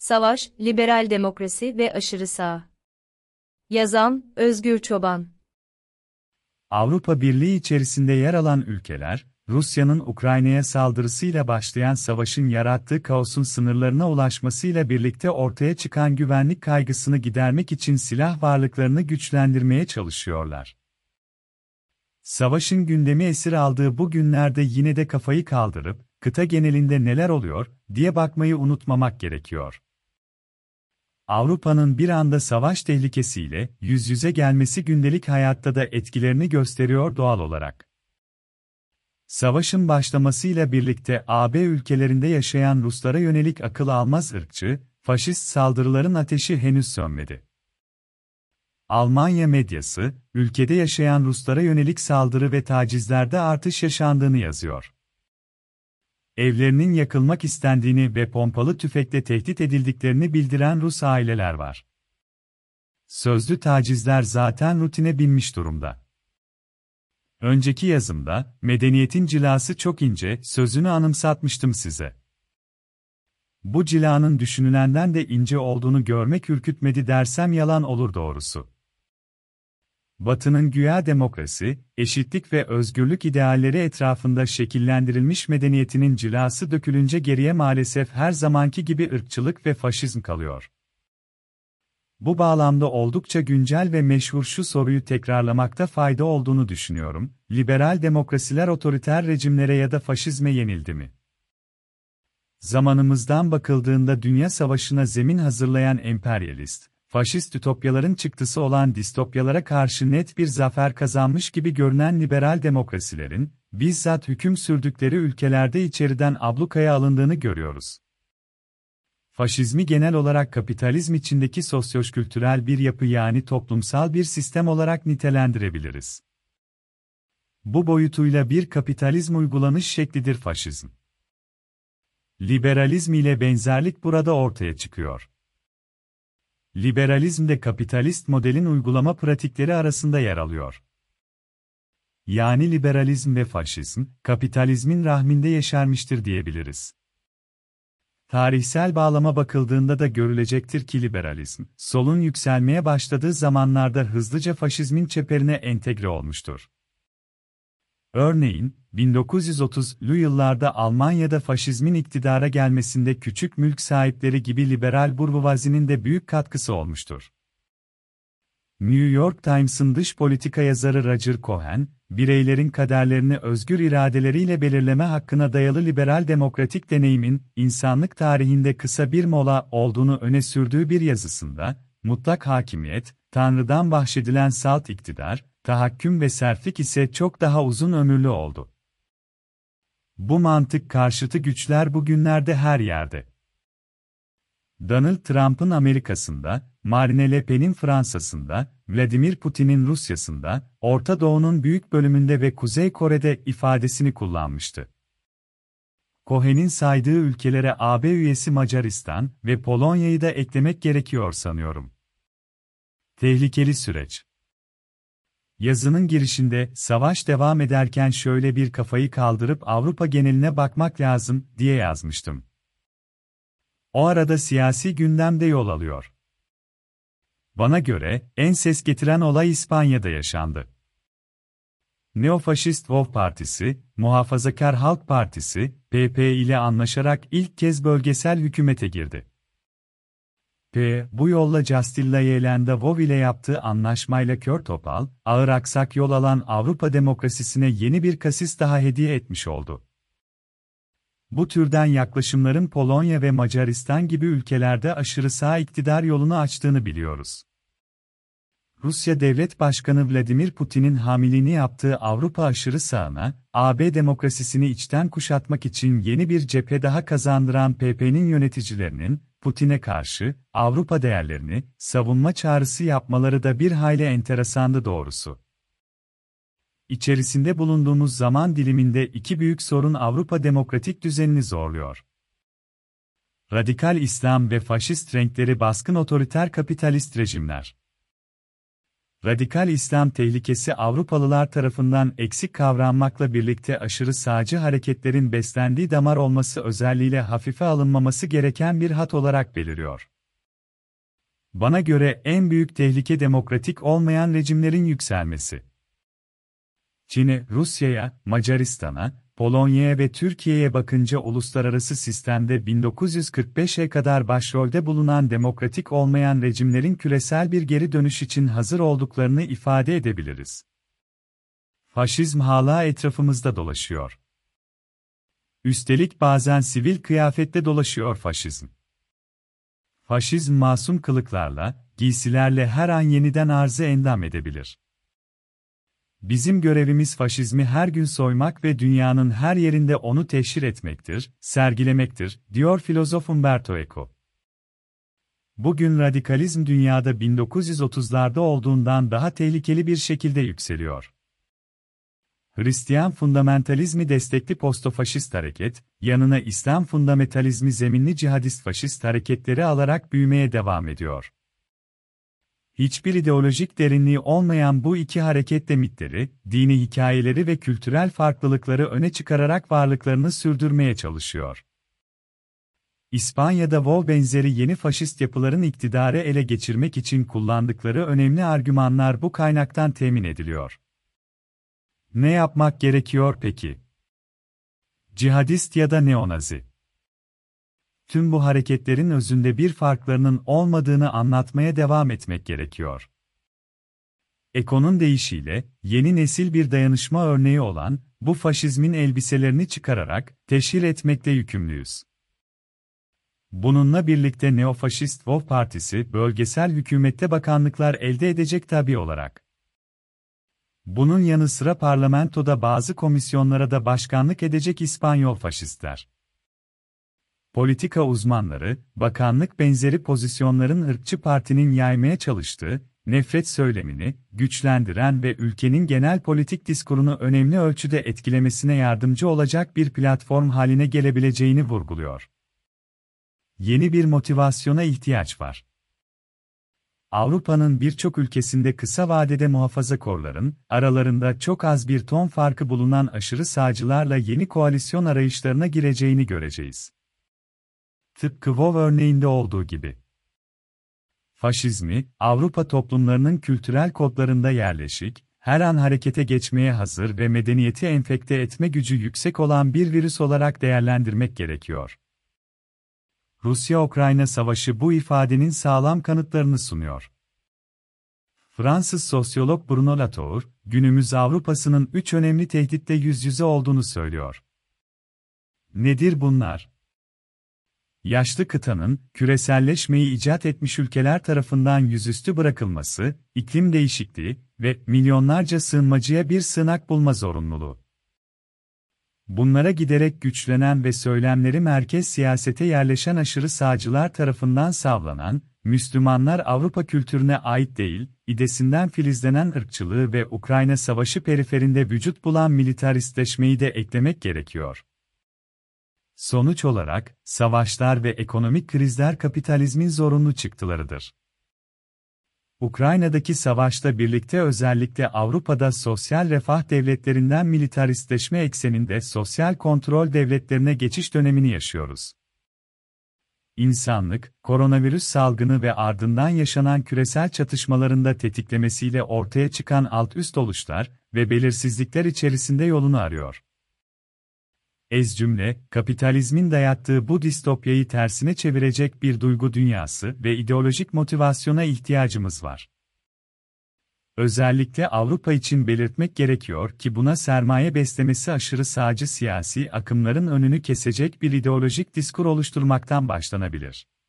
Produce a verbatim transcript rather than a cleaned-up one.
Savaş, liberal demokrasi ve aşırı sağ. Yazan, Özgür Çoban. Avrupa Birliği içerisinde yer alan ülkeler, Rusya'nın Ukrayna'ya saldırısıyla başlayan savaşın yarattığı kaosun sınırlarına ulaşmasıyla birlikte ortaya çıkan güvenlik kaygısını gidermek için silah varlıklarını güçlendirmeye çalışıyorlar. Savaşın gündemi esir aldığı bu günlerde yine de kafayı kaldırıp, kıta genelinde neler oluyor, diye bakmayı unutmamak gerekiyor. Avrupa'nın bir anda savaş tehlikesiyle yüz yüze gelmesi gündelik hayatta da etkilerini gösteriyor doğal olarak. Savaşın başlamasıyla birlikte A B ülkelerinde yaşayan Ruslara yönelik akıl almaz ırkçı, faşist saldırıların ateşi henüz sönmedi. Almanya medyası, ülkede yaşayan Ruslara yönelik saldırı ve tacizlerde artış yaşandığını yazıyor. Evlerinin yakılmak istendiğini ve pompalı tüfekle tehdit edildiklerini bildiren Rus aileler var. Sözlü tacizler zaten rutine binmiş durumda. Önceki yazımda, medeniyetin cilası çok ince, sözünü anımsatmıştım size. Bu cilanın düşünülenden de ince olduğunu görmek ürkütmedi dersem yalan olur doğrusu. Batı'nın güya demokrasi, eşitlik ve özgürlük idealleri etrafında şekillendirilmiş medeniyetinin cilası dökülünce geriye maalesef her zamanki gibi ırkçılık ve faşizm kalıyor. Bu bağlamda oldukça güncel ve meşhur şu soruyu tekrarlamakta fayda olduğunu düşünüyorum: liberal demokrasiler otoriter rejimlere ya da faşizme yenildi mi? Zamanımızdan bakıldığında dünya savaşına zemin hazırlayan emperyalist, faşist ütopyaların çıktısı olan distopyalara karşı net bir zafer kazanmış gibi görünen liberal demokrasilerin, bizzat hüküm sürdükleri ülkelerde içeriden ablukaya alındığını görüyoruz. Faşizmi genel olarak kapitalizm içindeki sosyo-kültürel bir yapı yani toplumsal bir sistem olarak nitelendirebiliriz. Bu boyutuyla bir kapitalizm uygulanış şeklidir faşizm. Liberalizm ile benzerlik burada ortaya çıkıyor. Liberalizm de kapitalist modelin uygulama pratikleri arasında yer alıyor. Yani liberalizm ve faşizm, kapitalizmin rahminde yeşermiştir diyebiliriz. Tarihsel bağlama bakıldığında da görülecektir ki liberalizm, solun yükselmeye başladığı zamanlarda hızlıca faşizmin çeperine entegre olmuştur. Örneğin, bin dokuz yüz otuzlu yıllarda Almanya'da faşizmin iktidara gelmesinde küçük mülk sahipleri gibi liberal burjuvazinin de büyük katkısı olmuştur. New York Times'ın dış politika yazarı Roger Cohen, bireylerin kaderlerini özgür iradeleriyle belirleme hakkına dayalı liberal demokratik deneyimin, insanlık tarihinde kısa bir mola olduğunu öne sürdüğü bir yazısında, mutlak hakimiyet, Tanrı'dan bahşedilen salt iktidar, tahakküm ve sertlik ise çok daha uzun ömürlü oldu. Bu mantık karşıtı güçler bugünlerde her yerde. Donald Trump'ın Amerika'sında, Marine Le Pen'in Fransa'sında, Vladimir Putin'in Rusya'sında, Orta Doğu'nun büyük bölümünde ve Kuzey Kore'de ifadesini kullanmıştı. Cohen'in saydığı ülkelere A B üyesi Macaristan ve Polonya'yı da eklemek gerekiyor sanıyorum. Tehlikeli süreç. Yazının girişinde, savaş devam ederken şöyle bir kafayı kaldırıp Avrupa geneline bakmak lazım, diye yazmıştım. O arada siyasi gündemde yol alıyor. Bana göre, en ses getiren olay İspanya'da yaşandı. Neofaşist Vox Partisi, Muhafazakar Halk Partisi, P P ile anlaşarak ilk kez bölgesel hükümete girdi. P, bu yolla Castilla y Leon'da ile yaptığı anlaşmayla kör topal, ağır aksak yol alan Avrupa demokrasisine yeni bir kasis daha hediye etmiş oldu. Bu türden yaklaşımların Polonya ve Macaristan gibi ülkelerde aşırı sağ iktidar yolunu açtığını biliyoruz. Rusya Devlet Başkanı Vladimir Putin'in hamiliğini yaptığı Avrupa aşırı sağına, A B demokrasisini içten kuşatmak için yeni bir cephe daha kazandıran P P'nin yöneticilerinin, Putin'e karşı, Avrupa değerlerini, savunma çağrısı yapmaları da bir hayli enteresandı doğrusu. İçerisinde bulunduğumuz zaman diliminde iki büyük sorun Avrupa demokratik düzenini zorluyor. Radikal İslam ve faşist renkleri baskın otoriter kapitalist rejimler. Radikal İslam tehlikesi Avrupalılar tarafından eksik kavranmakla birlikte aşırı sağcı hareketlerin beslendiği damar olması özelliğiyle hafife alınmaması gereken bir hat olarak beliriyor. Bana göre en büyük tehlike demokratik olmayan rejimlerin yükselmesi. Çin'e, Rusya'ya, Macaristan'a, Polonya'ya ve Türkiye'ye bakınca uluslararası sistemde bin dokuz yüz kırk beşe kadar başrolde bulunan demokratik olmayan rejimlerin küresel bir geri dönüş için hazır olduklarını ifade edebiliriz. Faşizm hala etrafımızda dolaşıyor. Üstelik bazen sivil kıyafette dolaşıyor faşizm. Faşizm masum kılıklarla, giysilerle her an yeniden arzı endam edebilir. Bizim görevimiz faşizmi her gün soymak ve dünyanın her yerinde onu teşhir etmektir, sergilemektir, diyor filozof Umberto Eco. Bugün radikalizm dünyada bin dokuz yüz otuzlarda olduğundan daha tehlikeli bir şekilde yükseliyor. Hristiyan fundamentalizmi destekli postofaşist hareket, yanına İslam fundamentalizmi zeminli cihadist faşist hareketleri alarak büyümeye devam ediyor. Hiçbir ideolojik derinliği olmayan bu iki hareket de mitleri, dini hikayeleri ve kültürel farklılıkları öne çıkararak varlıklarını sürdürmeye çalışıyor. İspanya'da Vol benzeri yeni faşist yapıların iktidarı ele geçirmek için kullandıkları önemli argümanlar bu kaynaktan temin ediliyor. Ne yapmak gerekiyor peki? Cihadist ya da neonazi. Tüm bu hareketlerin özünde bir farklarının olmadığını anlatmaya devam etmek gerekiyor. Eco'nun deyişiyle, yeni nesil bir dayanışma örneği olan, bu faşizmin elbiselerini çıkararak, teşhir etmekle yükümlüyüz. Bununla birlikte neofaşist Wolf Partisi, bölgesel hükümette bakanlıklar elde edecek tabii olarak. Bunun yanı sıra parlamentoda bazı komisyonlara da başkanlık edecek İspanyol faşistler. Politika uzmanları, bakanlık benzeri pozisyonların ırkçı partinin yaymaya çalıştığı, nefret söylemini, güçlendiren ve ülkenin genel politik diskurunu önemli ölçüde etkilemesine yardımcı olacak bir platform haline gelebileceğini vurguluyor. Yeni bir motivasyona ihtiyaç var. Avrupa'nın birçok ülkesinde kısa vadede muhafazakorların, aralarında çok az bir ton farkı bulunan aşırı sağcılarla yeni koalisyon arayışlarına gireceğini göreceğiz. Tıpkı Wow örneğinde olduğu gibi. Faşizmi, Avrupa toplumlarının kültürel kodlarında yerleşik, her an harekete geçmeye hazır ve medeniyeti enfekte etme gücü yüksek olan bir virüs olarak değerlendirmek gerekiyor. Rusya-Ukrayna savaşı bu ifadenin sağlam kanıtlarını sunuyor. Fransız sosyolog Bruno Latour, günümüz Avrupa'sının üç önemli tehditle yüz yüze olduğunu söylüyor. Nedir bunlar? Yaşlı kıtanın, küreselleşmeyi icat etmiş ülkeler tarafından yüzüstü bırakılması, iklim değişikliği ve milyonlarca sığınmacıya bir sığınak bulma zorunluluğu. Bunlara giderek güçlenen ve söylemleri merkez siyasete yerleşen aşırı sağcılar tarafından savlanan, Müslümanlar Avrupa kültürüne ait değil, idesinden filizlenen ırkçılığı ve Ukrayna Savaşı periferinde vücut bulan militaristleşmeyi de eklemek gerekiyor. Sonuç olarak, savaşlar ve ekonomik krizler kapitalizmin zorunlu çıktılarıdır. Ukrayna'daki savaşla birlikte özellikle Avrupa'da sosyal refah devletlerinden militaristleşme ekseninde sosyal kontrol devletlerine geçiş dönemini yaşıyoruz. İnsanlık, koronavirüs salgını ve ardından yaşanan küresel çatışmalarında tetiklemesiyle ortaya çıkan alt-üst oluşlar ve belirsizlikler içerisinde yolunu arıyor. Ez cümle, kapitalizmin dayattığı bu distopyayı tersine çevirecek bir duygu dünyası ve ideolojik motivasyona ihtiyacımız var. Özellikle Avrupa için belirtmek gerekiyor ki buna sermaye beslemesi aşırı sağcı siyasi akımların önünü kesecek bir ideolojik diskur oluşturmaktan başlanabilir.